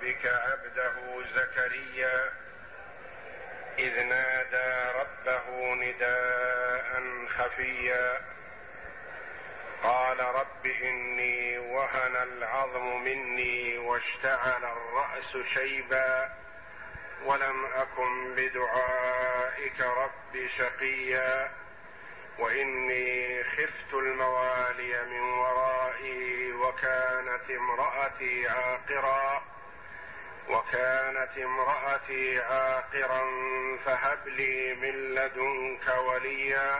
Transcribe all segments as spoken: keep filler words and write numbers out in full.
ربك عبده زكريا إذ نادى ربه نداء خفيا قال رب إني وهن العظم مني واشتعل الرأس شيبا ولم أكن بدعائك رب شقيا وإني خفت الموالي من ورائي وكانت امرأتي عاقرا وكانت امرأتي عاقرا فهب لي من لدنك وليا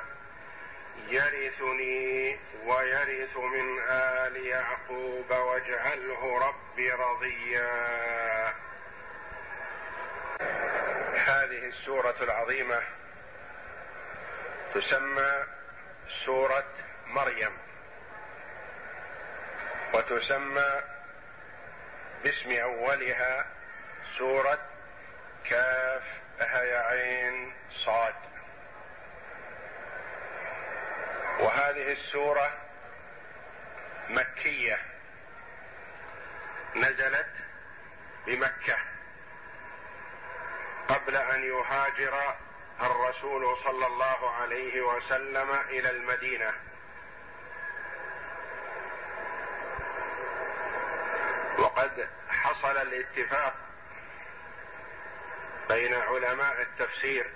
يرثني ويرث من آل يعقوب واجعله رب رضيا. هذه السورة العظيمة تسمى سورة مريم، وتسمى باسم أولها سورة كاف هيا عين صاد. وهذه السورة مكية نزلت بمكة قبل أن يهاجر الرسول صلى الله عليه وسلم إلى المدينة، وقد حصل الاتفاق بين علماء التفسير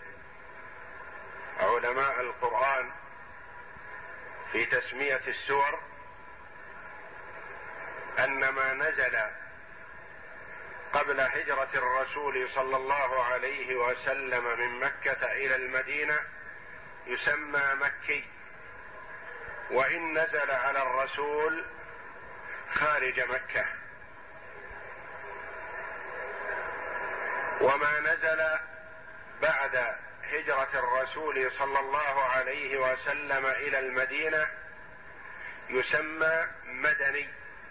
علماء القرآن في تسمية السور أن ما نزل قبل هجرة الرسول صلى الله عليه وسلم من مكة إلى المدينة يسمى مكي، وإن نزل على الرسول خارج مكة. وما نزل بعد هجرة الرسول صلى الله عليه وسلم إلى المدينة يسمى مدني،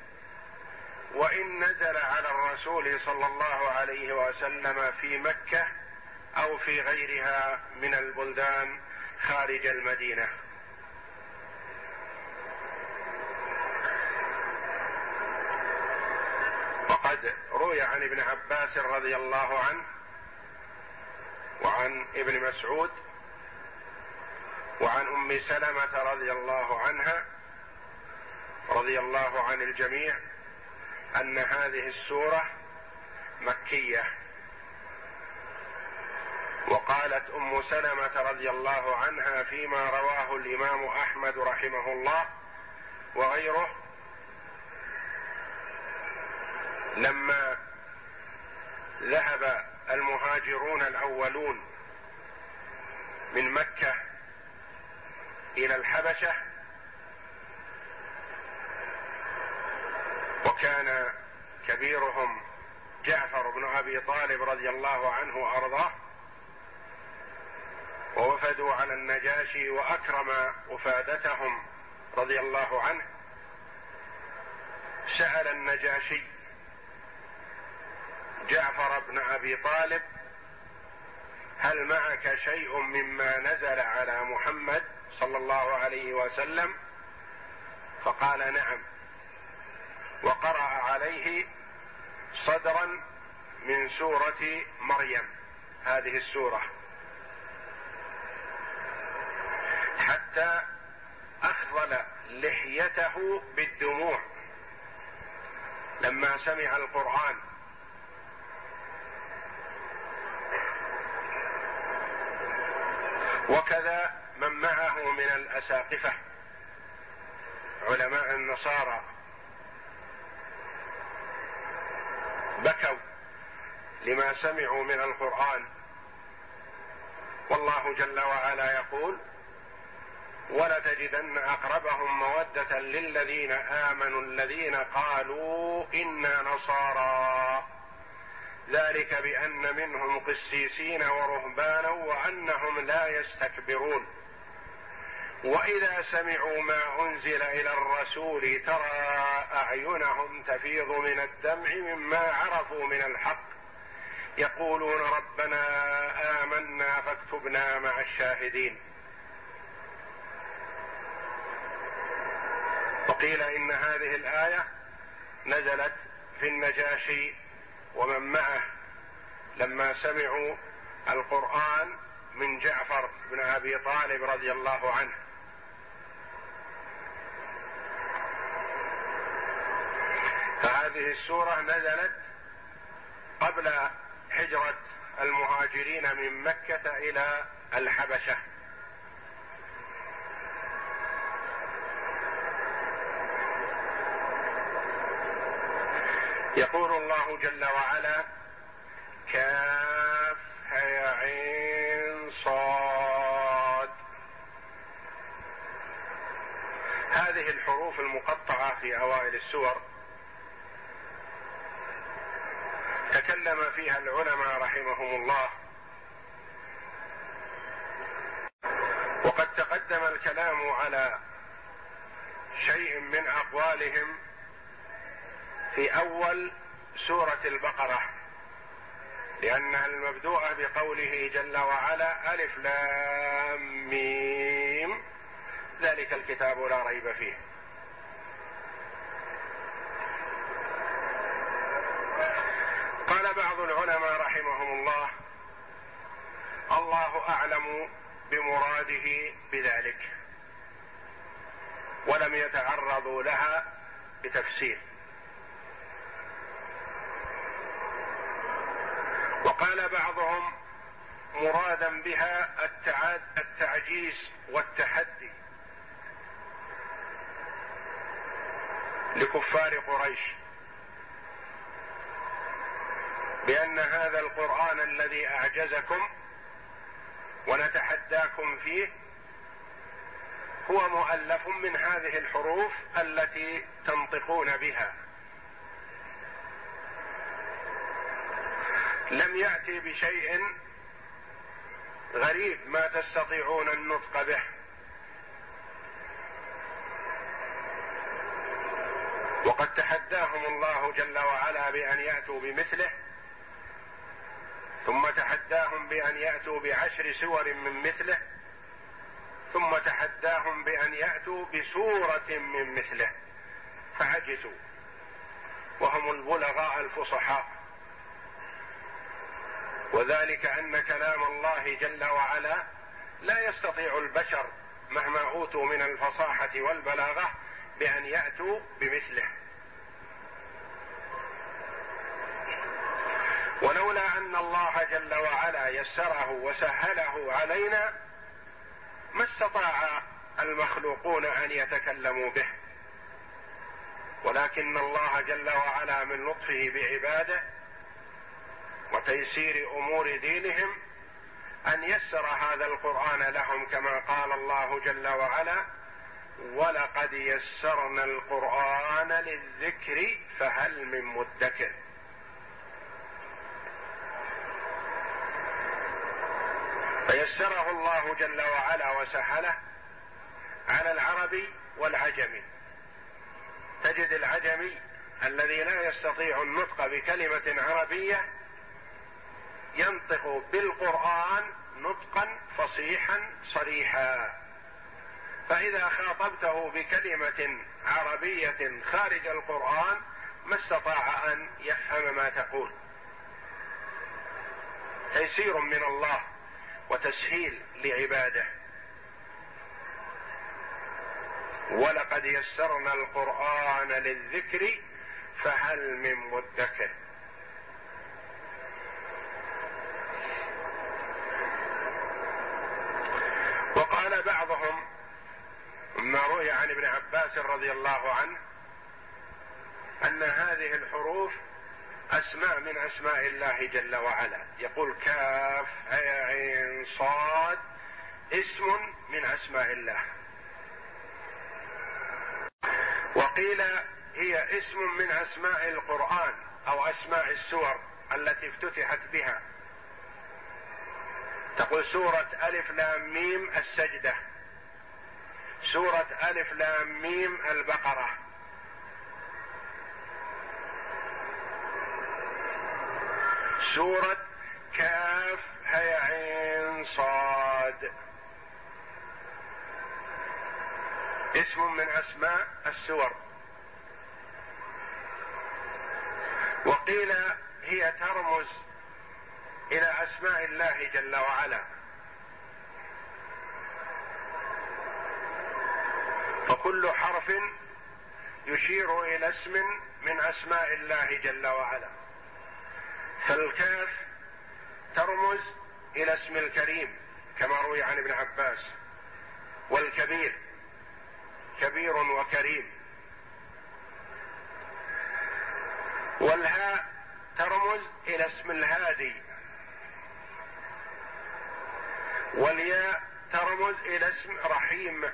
وإن نزل على الرسول صلى الله عليه وسلم في مكة أو في غيرها من البلدان خارج المدينة. وقد روي عن ابن عباس رضي الله عنه وعن ابن مسعود وعن أم سلمة رضي الله عنها رضي الله عن الجميع أن هذه السورة مكية. وقالت أم سلمة رضي الله عنها فيما رواه الإمام أحمد رحمه الله وغيره: لما ذهب المهاجرون الأولون من مكة إلى الحبشة، وكان كبيرهم جعفر بن أبي طالب رضي الله عنه وأرضاه، ووفدوا على النجاشي وأكرم وفادتهم رضي الله عنه، سأل النجاشي جعفر بن أبي طالب: هل معك شيء مما نزل على محمد صلى الله عليه وسلم؟ فقال: نعم. وقرأ عليه صدرا من سورة مريم، هذه السورة، حتى أخضل لحيته بالدموع لما سمع القرآن. وكذا من معه من الأساقفة علماء النصارى بكوا لما سمعوا من القرآن. والله جل وعلا يقول: ولتجدن أقربهم مودة للذين آمنوا الذين قالوا إنا نصارى ذلك بأن منهم قسيسين ورهبانا وأنهم لا يستكبرون وإذا سمعوا ما أنزل إلى الرسول ترى أعينهم تفيض من الدمع مما عرفوا من الحق يقولون ربنا آمنا فاكتبنا مع الشاهدين. وقيل إن هذه الآية نزلت في النجاشي ومن معه لما سمعوا القرآن من جعفر بن أبي طالب رضي الله عنه. فهذه السورة نزلت قبل هجرة المهاجرين من مكة إلى الحبشة. يقول الله جل وعلا: كاف يا عين صاد. هذه الحروف المقطعة في أوائل السور تكلم فيها العلماء رحمهم الله، وقد تقدم الكلام على شيء من أقوالهم في أول سورة البقرة، لأنها المبدوءة بقوله جل وعلا: ألف لام ميم ذلك الكتاب لا ريب فيه. قال بعض العلماء رحمهم الله: الله أعلم بمراده بذلك، ولم يتعرضوا لها بتفسير. وقال بعضهم: مرادا بها التعجيز والتحدي لكفار قريش، بأن هذا القرآن الذي أعجزكم ونتحداكم فيه هو مؤلف من هذه الحروف التي تنطقون بها، لم يأتي بشيء غريب ما تستطيعون النطق به. وقد تحداهم الله جل وعلا بأن يأتوا بمثله، ثم تحداهم بأن يأتوا بعشر سور من مثله، ثم تحداهم بأن يأتوا بسورة من مثله، فعجزوا، وهم البلغاء الفصحاء. وذلك أن كلام الله جل وعلا لا يستطيع البشر مهما أوتوا من الفصاحة والبلاغة بأن يأتوا بمثله. ولولا أن الله جل وعلا يسره وسهله علينا ما استطاع المخلوقون أن يتكلموا به، ولكن الله جل وعلا من لطفه بعباده وتيسير أمور دينهم أن يسر هذا القرآن لهم، كما قال الله جل وعلا: ولقد يسرنا القرآن للذكر فهل من مدكر. فيسره الله جل وعلا وسهله على العربي والعجمي. تجد العجمي الذي لا يستطيع النطق بكلمة عربية ينطق بالقرآن نطقا فصيحا صريحا، فإذا خاطبته بكلمة عربية خارج القرآن ما استطاع أن يفهم ما تقول. تيسير من الله وتسهيل لعباده. ولقد يسرنا القرآن للذكر فهل من مدكر. وقال بعضهم ما روي عن ابن عباس رضي الله عنه أن هذه الحروف أسماء من أسماء الله جل وعلا، يقول: كاف يا عين صاد اسم من أسماء الله. وقيل هي اسم من أسماء القرآن أو أسماء السور التي افتتحت بها. تقول سورة ألف لام ميم السجدة، سورة ألف لام ميم البقرة، سورة كاف هي عين صاد، اسم من أسماء السور. وقيل هي ترمز إلى أسماء الله جل وعلا، فكل حرف يشير إلى اسم من أسماء الله جل وعلا. فالكاف ترمز إلى اسم الكريم كما روي عن ابن عباس، والكبير كبير وكريم. والهاء ترمز إلى اسم الهادي، والياء ترمز إلى اسم رحيم،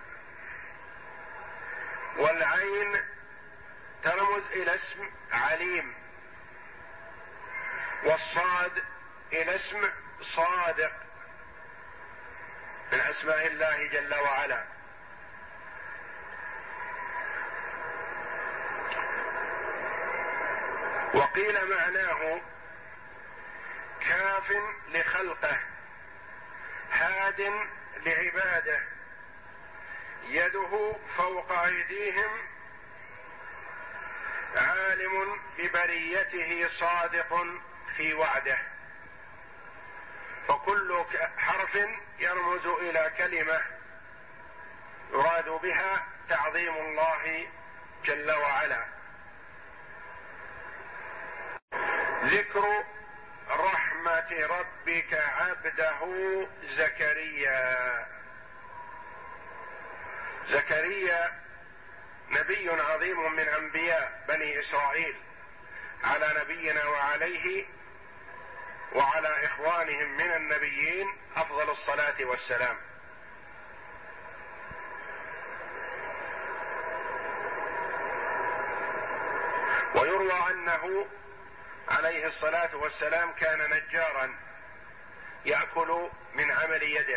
والعين ترمز إلى اسم عليم، والصاد إلى اسم صادق من أسماء الله جل وعلا. وقيل معناه كاف لخلقه، هاد لعباده، يده فوق أيديهم، عالم ببريته، صادق في وعده. فكل حرف يرمز إلى كلمة يراد بها تعظيم الله جل وعلا. ذكر رحمة ربك عبده زكريا. زكريا نبي عظيم من أنبياء بني إسرائيل، على نبينا وعليه وعلى إخوانهم من النبيين أفضل الصلاة والسلام. ويروى أنه عليه الصلاة والسلام كان نجارا يأكل من عمل يده،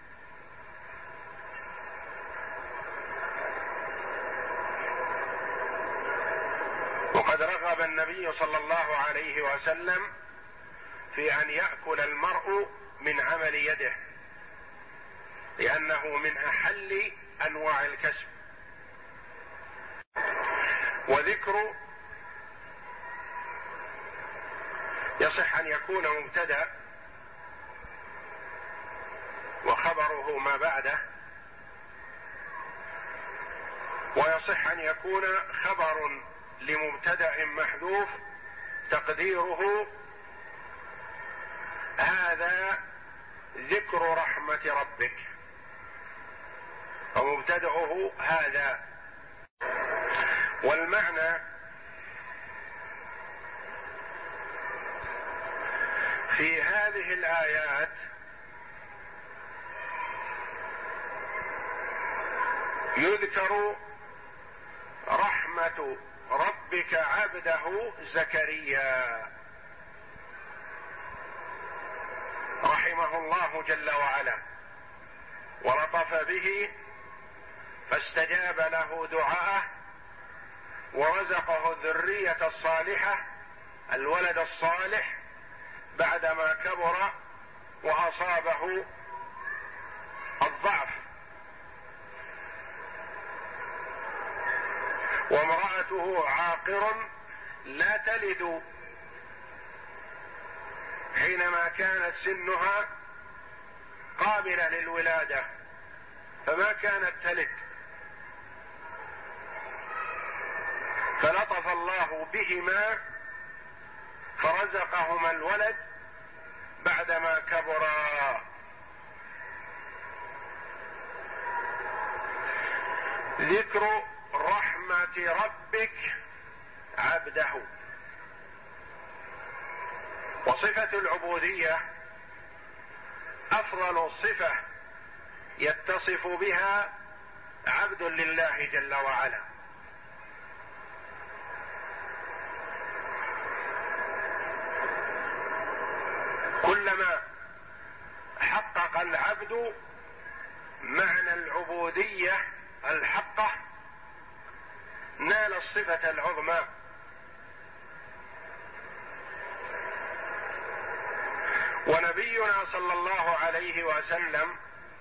وقد رغب النبي صلى الله عليه وسلم في أن يأكل المرء من عمل يده، لأنه من أحل أنواع الكسب. وذكر يصح أن يكون مبتدأ وخبره ما بعده، ويصح أن يكون خبر لمبتدأ محذوف تقديره هذا ذكر رحمة ربك، ومبتدأه هذا. والمعنى في هذه الآيات يذكر رحمة ربك عبده زكريا رحمه الله جل وعلا، ولطف به فاستجاب له دعاءه، ورزقه الذرية الصالحة، الولد الصالح، بعدما كبر وأصابه الضعف. وامرأته عاقر لا تلد حينما كانت سنها قابلة للولادة، فما كانت تلد، فلطف الله بهما فرزقهما الولد بعدما كبرا. ذكر رحمة ربك عبده. وصفة العبودية أفضل صفة يتصف بها عبد لله جل وعلا، كلما حقق العبد معنى العبودية الحقة نال الصفة العظمى. ونبينا صلى الله عليه وسلم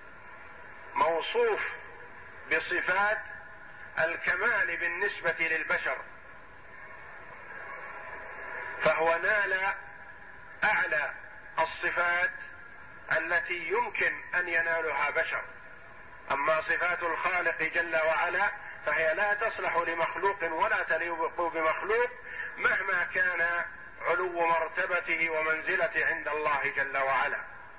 موصوف بصفات الكمال بالنسبة للبشر، فهو نال أعلى الصفات التي يمكن أن ينالها بشر. أما صفات الخالق جل وعلا فهي لا تصلح لمخلوق ولا تليق بمخلوق مهما كان علو مرتبته ومنزلته عند الله جل وعلا.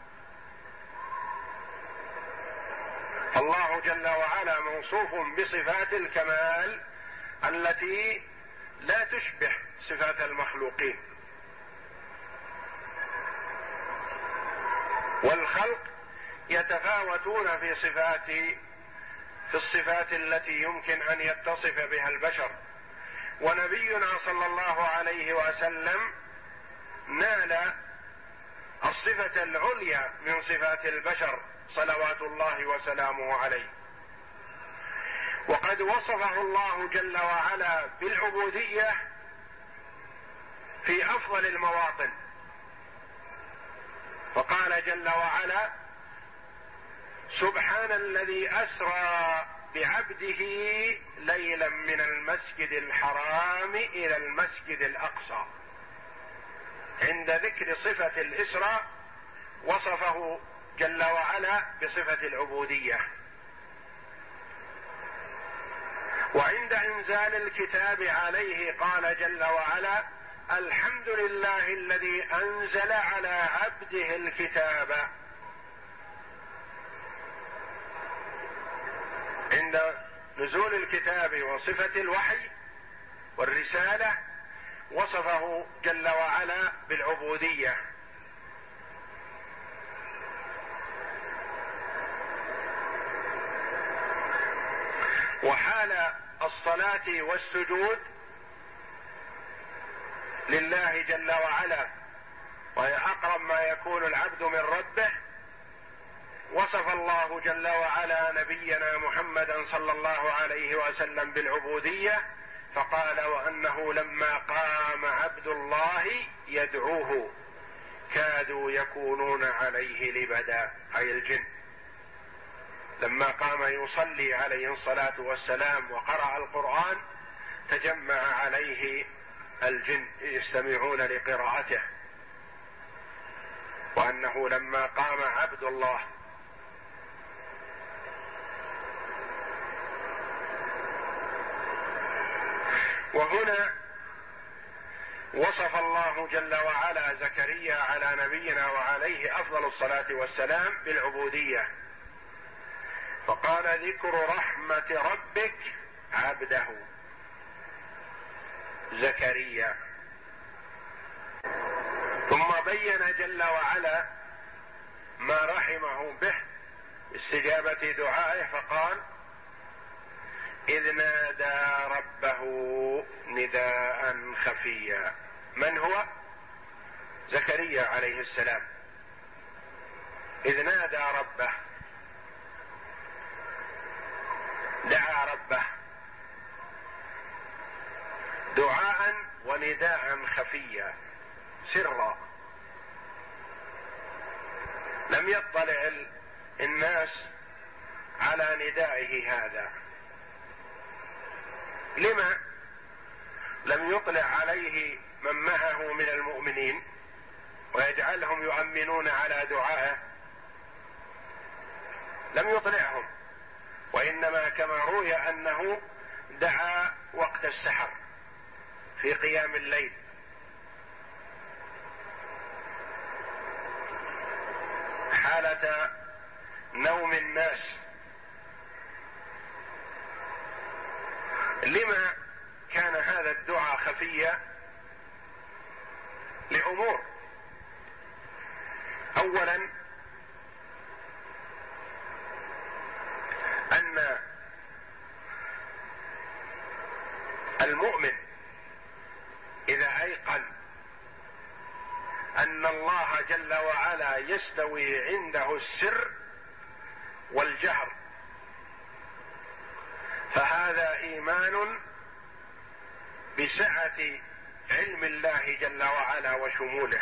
الله جل وعلا موصوف بصفات الكمال التي لا تشبه صفات المخلوقين، والخلق يتفاوتون في صفات في الصفات التي يمكن أن يتصف بها البشر. ونبينا صلى الله عليه وسلم نال الصفة العليا من صفات البشر صلوات الله وسلامه عليه، وقد وصفه الله جل وعلا بالعبودية في أفضل المواطن، فقال جل وعلا: سبحان الذي أسرى بعبده ليلا من المسجد الحرام إلى المسجد الأقصى. عند ذكر صفة الإسراء وصفه جل وعلا بصفة العبودية. وعند إنزال الكتاب عليه قال جل وعلا: الحمد لله الذي أنزل على عبده الكتاب. عند نزول الكتاب وصفة الوحي والرسالة وصفه جل وعلا بالعبودية. وحال الصلاة والسجود لله جل وعلا وهي أقرب ما يكون العبد من ربه، وصف الله جل وعلا نبينا محمدا صلى الله عليه وسلم بالعبودية فقال: وأنه لما قام عبد الله يدعوه كادوا يكونون عليه لبدا، أي الجن. لما قام يصلي عليه الصلاة والسلام وقرأ القرآن تجمع عليه الجن يستمعون لقراءته. وأنه لما قام عبد الله، وهنا وصف الله جل وعلا زكريا على نبينا وعليه أفضل الصلاة والسلام بالعبودية، فقال: ذكر رحمة ربك عبده زكريا. ثم بين جل وعلا ما رحمه به استجابة دعائه فقال: إذ نادى ربه نداء خفيا. من هو؟ زكريا عليه السلام. إذ نادى ربه، دعا ربه دعاء ونداء خفيا سرا، لم يطلع الناس على ندائه هذا. لما لم يطلع عليه من معه من المؤمنين ويجعلهم يؤمنون على دعائه؟ لم يطلعهم، وإنما كما روي أنه دعا وقت السحر في قيام الليل، حالة نوم الناس. لما كان هذا الدعاء خفيا؟ لأمور: أولا أن المؤمن إذا أيقن أن الله جل وعلا يستوي عنده السر والجهر فهذا إيمان بسعة علم الله جل وعلا وشموله.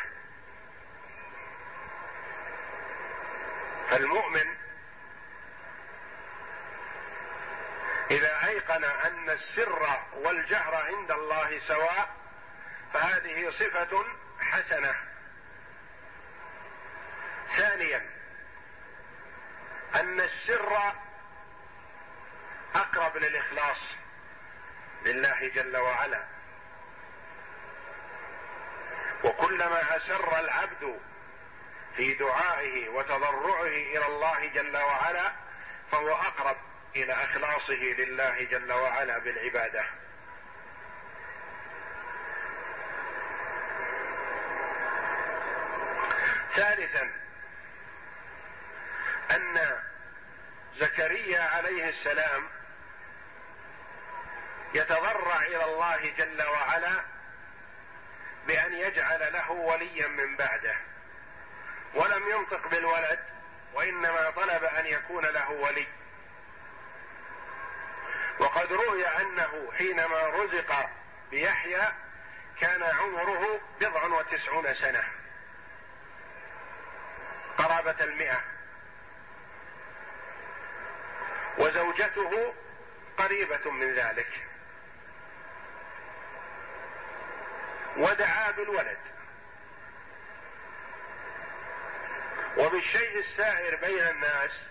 فالمؤمن إذا أيقن أن السر والجهر عند الله سواء فهذه صفة حسنة. ثانيا أن السر أقرب للإخلاص لله جل وعلا، وكلما أسر العبد في دعائه وتضرعه إلى الله جل وعلا فهو أقرب إلى إخلاصه لله جل وعلا بالعبادة. ثالثا أن زكريا عليه السلام يتضرع إلى الله جل وعلا بأن يجعل له وليا من بعده، ولم ينطق بالولد وإنما طلب أن يكون له ولي. وقد روي أنه حينما رزق بيحيى كان عمره بضع وتسعون سنة، قرابة المئة، وزوجته قريبة من ذلك، ودعا بالولد. وبالشيء السائر بين الناس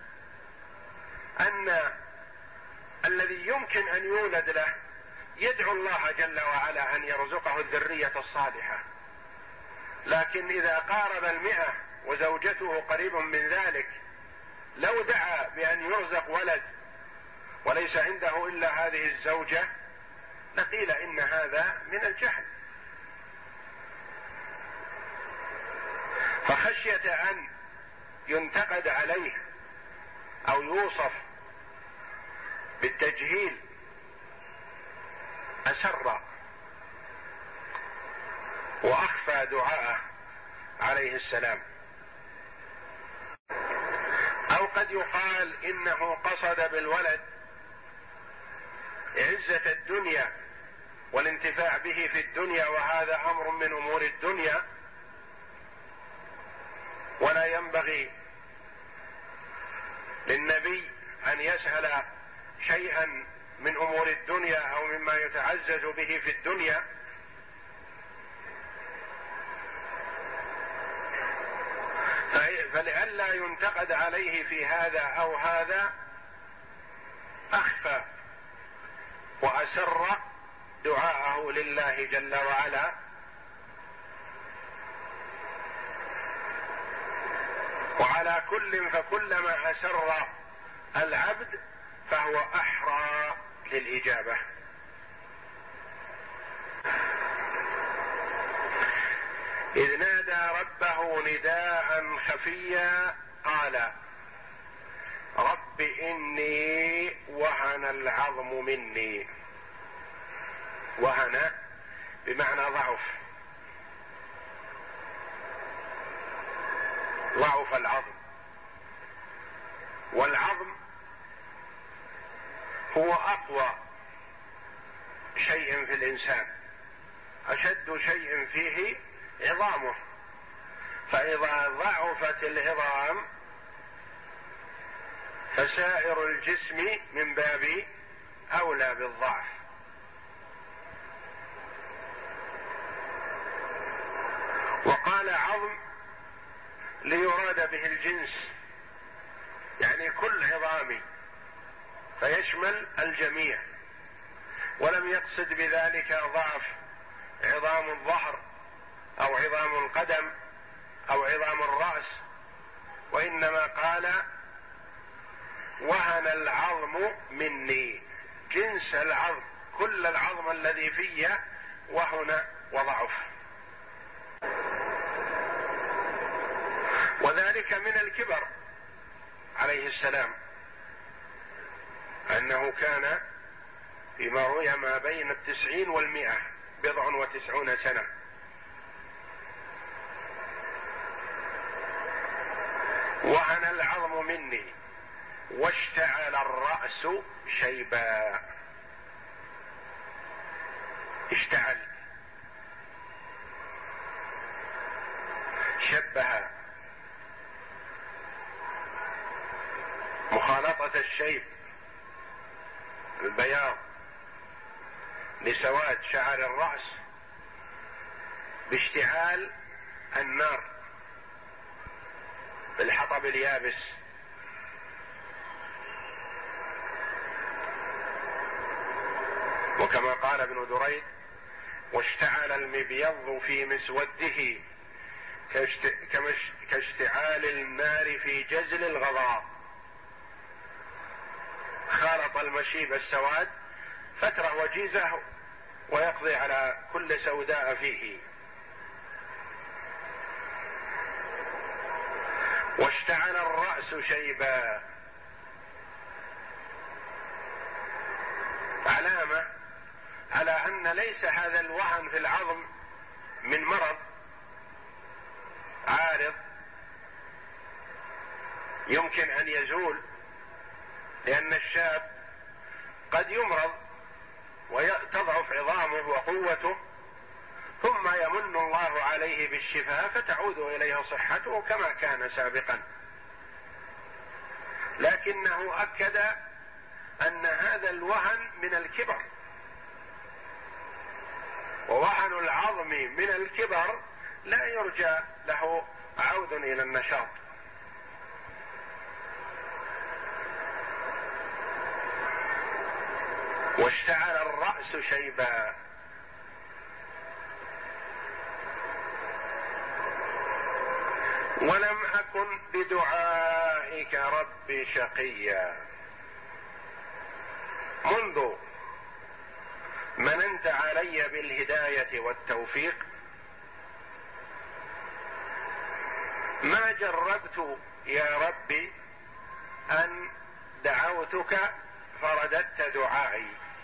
أن الذي يمكن أن يولد له يدعو الله جل وعلا أن يرزقه الذرية الصالحة، لكن إذا قارب المئة وزوجته قريب من ذلك لو دعا بأن يرزق ولد وليس عنده إلا هذه الزوجة لقيل إن هذا من الجهل. فخشية أن ينتقد عليه أو يوصف بالتجهيل أسر وأخفى دعاءه عليه السلام. أو قد يقال إنه قصد بالولد عزة الدنيا والانتفاع به في الدنيا، وهذا أمر من أمور الدنيا، ولا ينبغي للنبي أن يسأل شيئا من أمور الدنيا أو مما يتعزز به في الدنيا. فلئلا ينتقد عليه في هذا أو هذا أخفى وأسر دعاءه لله جل وعلا، وعلى كل فكلما أسر العبد فهو أحرى للإجابة. إذ نادى ربه نداء خفيا قال رب إني وهن العظم مني. وهن بمعنى ضعف، ضعف العظم، والعظم هو أقوى شيء في الإنسان، أشد شيء فيه عظامه، فإذا ضعفت العظام فسائر الجسم من باب أولى بالضعف. وقال عظم ليراد به الجنس، يعني كل عظامي، فيشمل الجميع، ولم يقصد بذلك ضعف عظام الظهر أو عظام القدم أو عظام الرأس، وإنما قال وهن العظم مني، جنس العظم، كل العظم الذي في وهن وضعف. وذلك من الكبر عليه السلام، أنه كان فيما روي ما بين التسعين والمئة، بضع وتسعون سنة. وهن العظم مني واشتعل الرأس شيبا. اشتعل، شبه، مخالطة الشيب البياض لسواد شعر الرأس باشتعال النار بالحطب اليابس. وكما قال ابن دريد: واشتعل المبيض في مسوده كاشتعال النار في جزل الغضاء. خالط المشيب السواد فترة وجيزة ويقضي على كل سوداء فيه. واشتعل الرأس شيبا، علامة على أن ليس هذا الوهن في العظم من مرض عارض يمكن أن يزول، لأن الشاب قد يمرض وتضعف عظامه وقوته ثم يمن الله عليه بالشفاء فتعود إليه صحته كما كان سابقا. لكنه أكد أن هذا الوهن من الكبر، ووهن العظم من الكبر لا يرجى له عود إلى النشاط. واشتعل الرأس شيبا، ولم أكن بدعائك رب شقيا. منذ مننت علي بالهداية والتوفيق ما جربت يا ربي أن دعوتك فرددت دعائي.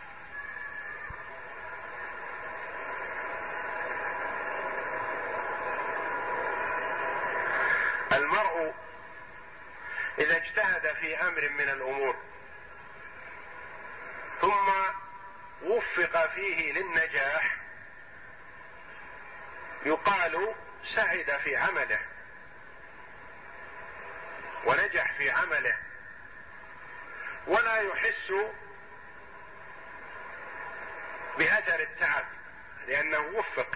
المرء إذا اجتهد في أمر من الأمور ثم وفق فيه للنجاح يقال سعد في عمله ونجح في عمله، ولا يحس بأثر التعب لأنه وفق.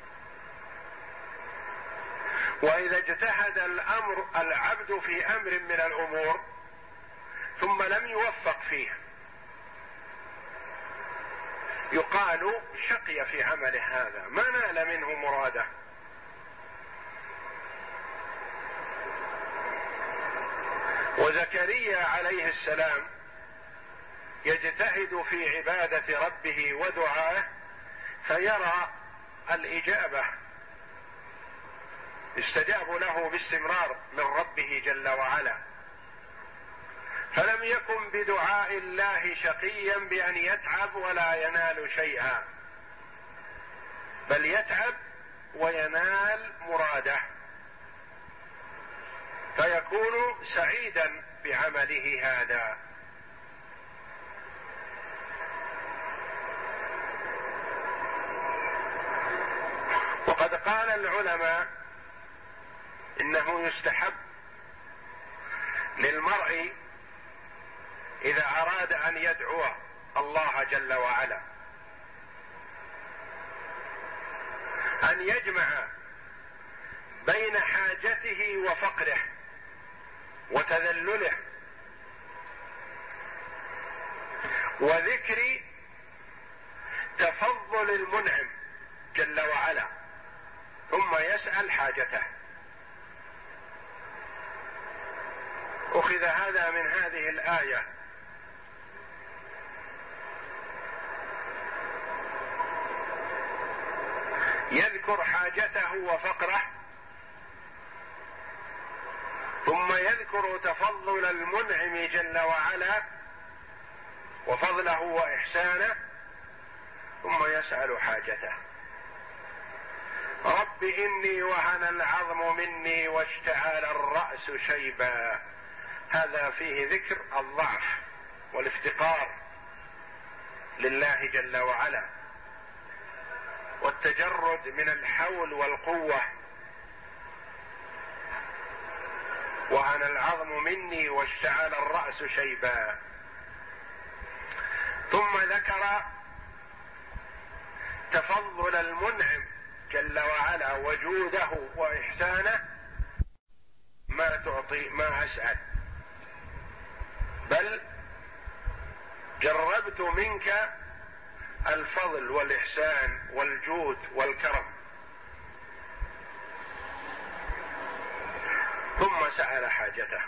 وإذا اجتهد الأمر العبد في أمر من الأمور ثم لم يوفق فيه يقال شقي في عمله، هذا ما نال منه مراده. وزكريا عليه السلام يجتهد في عبادة ربه ودعائه فيرى الإجابة، استجاب له باستمرار من ربه جل وعلا، فلم يكن بدعاء الله شقيا بأن يتعب ولا ينال شيئا، بل يتعب وينال مراده، فيكون سعيدا بعمله هذا. وقد قال العلماء إنه يستحب للمرء إذا أراد أن يدعو الله جل وعلا أن يجمع بين حاجته وفقره وتذلله وذكر تفضل المنعم جل وعلا، ثم يسأل حاجته. أخذ هذا من هذه الآية، يذكر حاجته وفقره ثم يذكر تفضل المنعم جل وعلا وفضله وإحسانه ثم يسأل حاجته. رب إني وهن العظم مني واشتعل الرأس شيبا، هذا فيه ذكر الضعف والافتقار لله جل وعلا والتجرد من الحول والقوة. وهن العظم مني واشتعل الرأس شيبا. ثم ذكر تفضل المنعم جل وعلا وجوده وإحسانه ما تعطي ما أسأل، بل جربت منك الفضل والإحسان والجود والكرم. ثم سأل حاجته.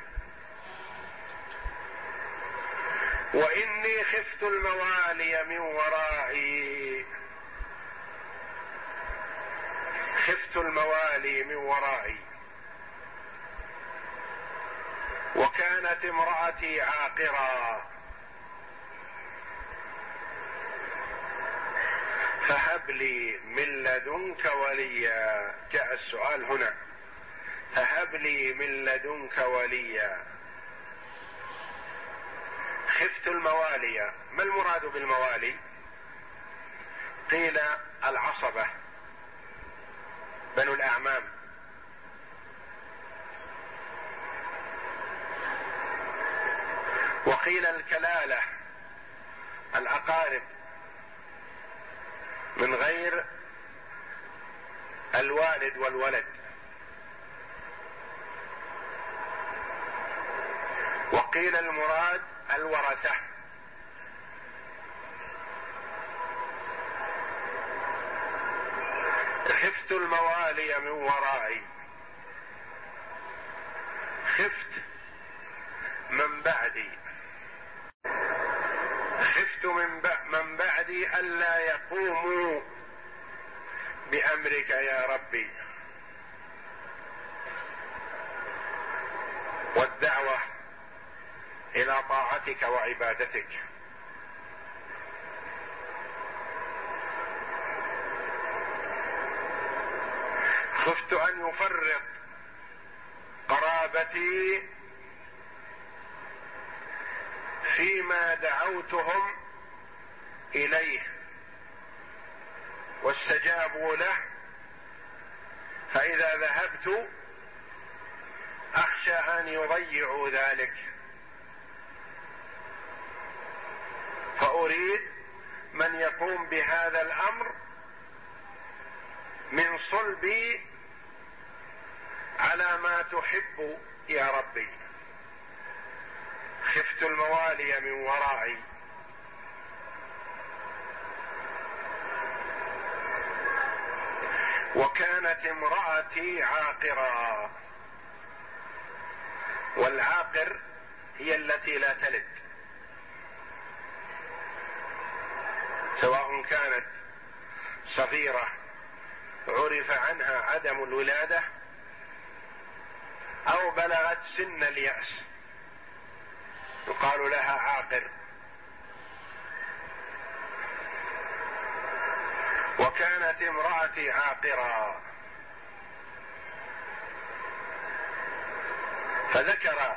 وإني خفت الموالي من ورائي، خفت الموالي من ورائي، وكانت امرأتي عاقرا، فهب لي من لدنك وليا. جاء السؤال هنا، فهب لي من لدنك وليا. خفت الموالي، ما المراد بالموالي؟ قيل العصبة بنو الأعمام، وقيل الكلالة الأقارب من غير الوالد والولد، وقيل المراد الورثة. خفت الموالي من ورائي، خفت من بعدي، خفت من, من بعدي ألا يقوموا بأمرك يا ربي، والدعوة إلى طاعتك وعبادتك. خفت أن يفرط قرابتي فيما دعوتهم إليه واستجابوا له، فإذا ذهبت أخشى أن يضيعوا ذلك، فأريد من يقوم بهذا الأمر من صلبي على ما تحب يا ربي. خفت الموالي من ورائي، وكانت امرأتي عاقرا، والعاقر هي التي لا تلد، سواء كانت صغيرة عرف عنها عدم الولادة أو بلغت سن اليأس يقال لها عاقر. وكانت امرأتي عاقرا، فذكر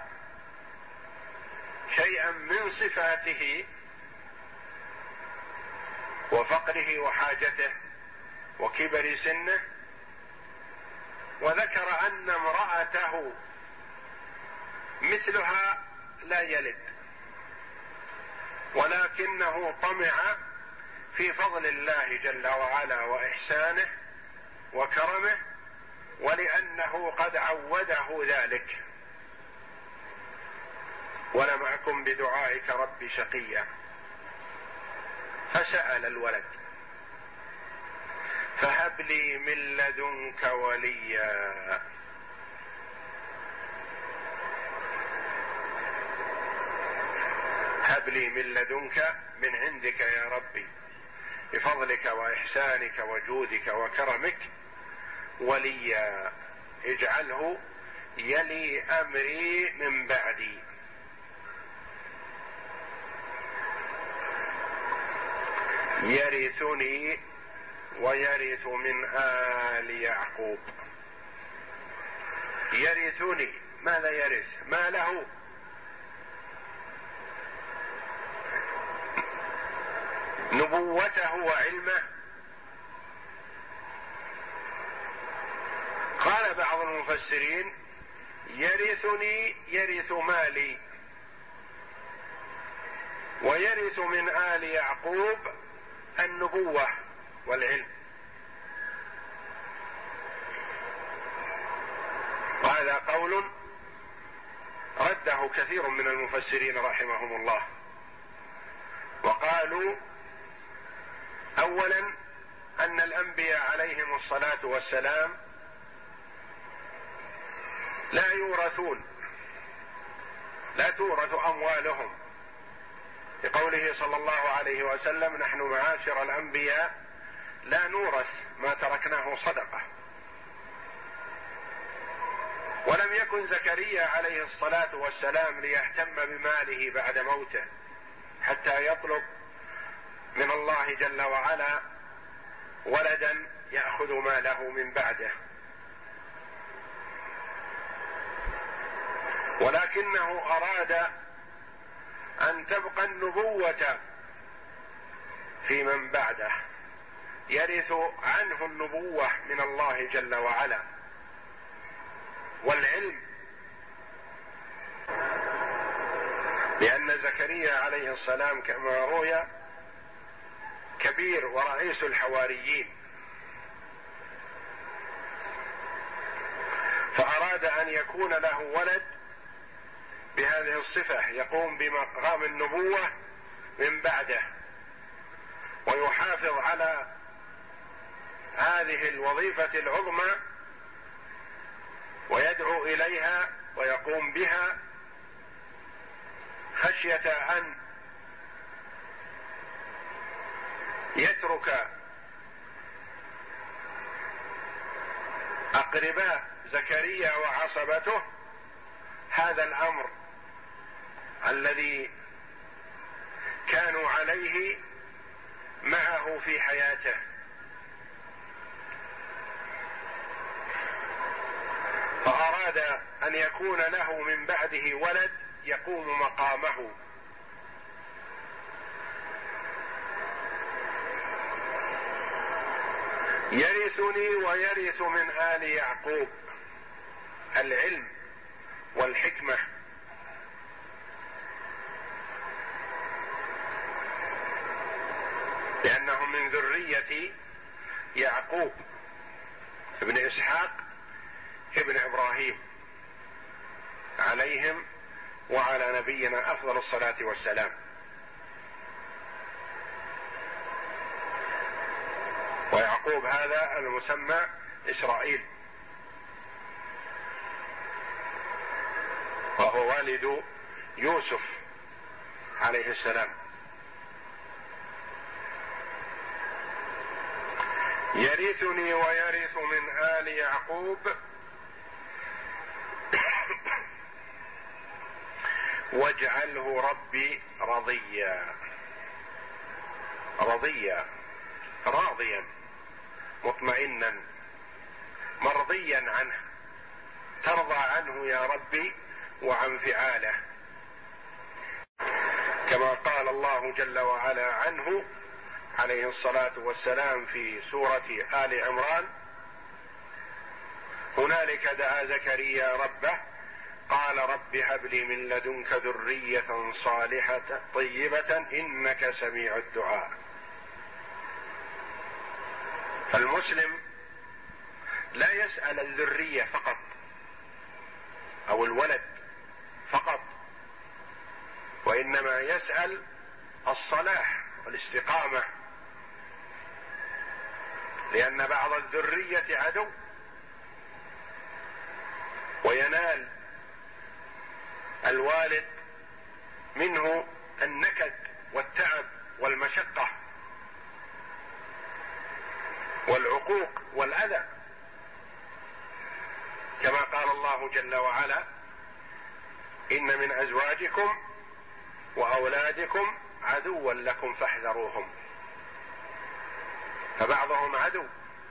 شيئا من صفاته وفقره وحاجته وكبر سنه، وذكر أن امرأته مثلها لا يلد، ولكنه طمع في فضل الله جل وعلا وإحسانه وكرمه، ولأنه قد عوده ذلك. ولم أكن بدعائك رب شقيا، فسأل الولد. فهب لي من لدنك وليا. هب لي من لدنك من عندك يا ربي بفضلك وإحسانك وجودك وكرمك وليا، اجعله يلي أمري من بعدي. يرثني ويرث من آل يعقوب. يرثني، ماذا يرث؟ ما له، نبوته وعلمه. قال بعض المفسرين يرثني يرث مالي، ويرث من آل يعقوب النبوة والعلم. وهذا قول رده كثير من المفسرين رحمهم الله، وقالوا اولا ان الانبياء عليهم الصلاة والسلام لا يورثون، لا تورث اموالهم، لقوله صلى الله عليه وسلم: نحن معاشر الانبياء لا نورث ما تركناه صدقة. ولم يكن زكريا عليه الصلاة والسلام ليهتم بماله بعد موته حتى يطلب من الله جل وعلا ولدا يأخذ ماله من بعده، ولكنه أراد أن تبقى النبوة في من بعده، يرث عنه النبوة من الله جل وعلا والعلم، لأن زكريا عليه السلام كما روي كبير ورئيس الحواريين، فأراد أن يكون له ولد بهذه الصفة يقوم بمقام النبوة من بعده، ويحافظ على هذه الوظيفة العظمى ويدعو إليها ويقوم بها، خشية أن يترك أقرباء زكريا وعصبته هذا الأمر الذي كانوا عليه معه في حياته. فأراد أن يكون له من بعده ولد يقوم مقامه. يرثني ويرث من آل يعقوب، العلم والحكمة، لأنهم من ذرية يعقوب ابن إسحاق ابن إبراهيم عليهم وعلى نبينا أفضل الصلاة والسلام. ويعقوب هذا المسمى إسرائيل، وهو والد يوسف عليه السلام. يرثني ويرث من آل يعقوب واجعله ربي رضيا. رضيا راضيا مطمئنا مرضيا عنه، ترضى عنه يا ربي وعن فعاله، كما قال الله جل وعلا عنه عليه الصلاة والسلام في سورة آل عمران: هنالك دعا زكريا ربه قال رب هب لي من لدنك ذرية صالحة طيبة إنك سميع الدعاء. فالمسلم لا يسأل الذرية فقط أو الولد فقط، وإنما يسأل الصلاح والاستقامة، لأن بعض الذرية عدو، وينال الوالد منه النكد والتعب والمشقة والعقوق والأذى، كما قال الله جل وعلا: إن من أزواجكم وأولادكم عدوا لكم فاحذروهم. فبعضهم عدو.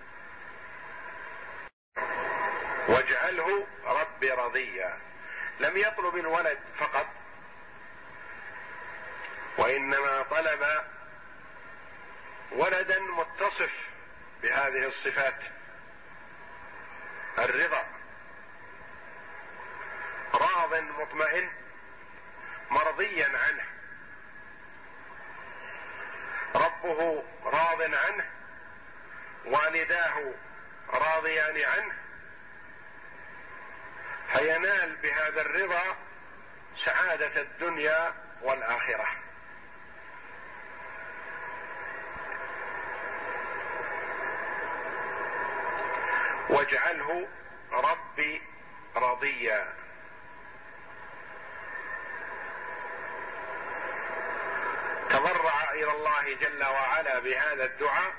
واجعله ربي رضيا، لم يطلب الولد فقط، وإنما طلب ولدا متصف بهذه الصفات: الرضا، راض مطمئن مرضيا عنه، ربه راض عنه، والداه راضيان عنه، فينال بهذا الرضا سعادة الدنيا والآخرة. واجعله ربي رضيا. تضرع إلى الله جل وعلا بهذا الدعاء،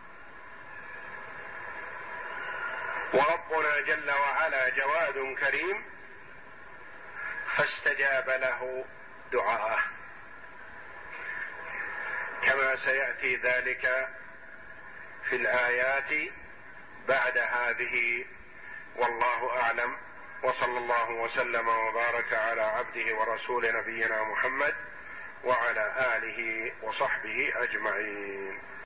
وربنا جل وعلا جواد كريم فاستجاب له دعاءه، كما سيأتي ذلك في الآيات بعد هذه. والله أعلم، وصلى الله وسلم وبارك على عبده ورسول نبينا محمد وعلى آله وصحبه أجمعين.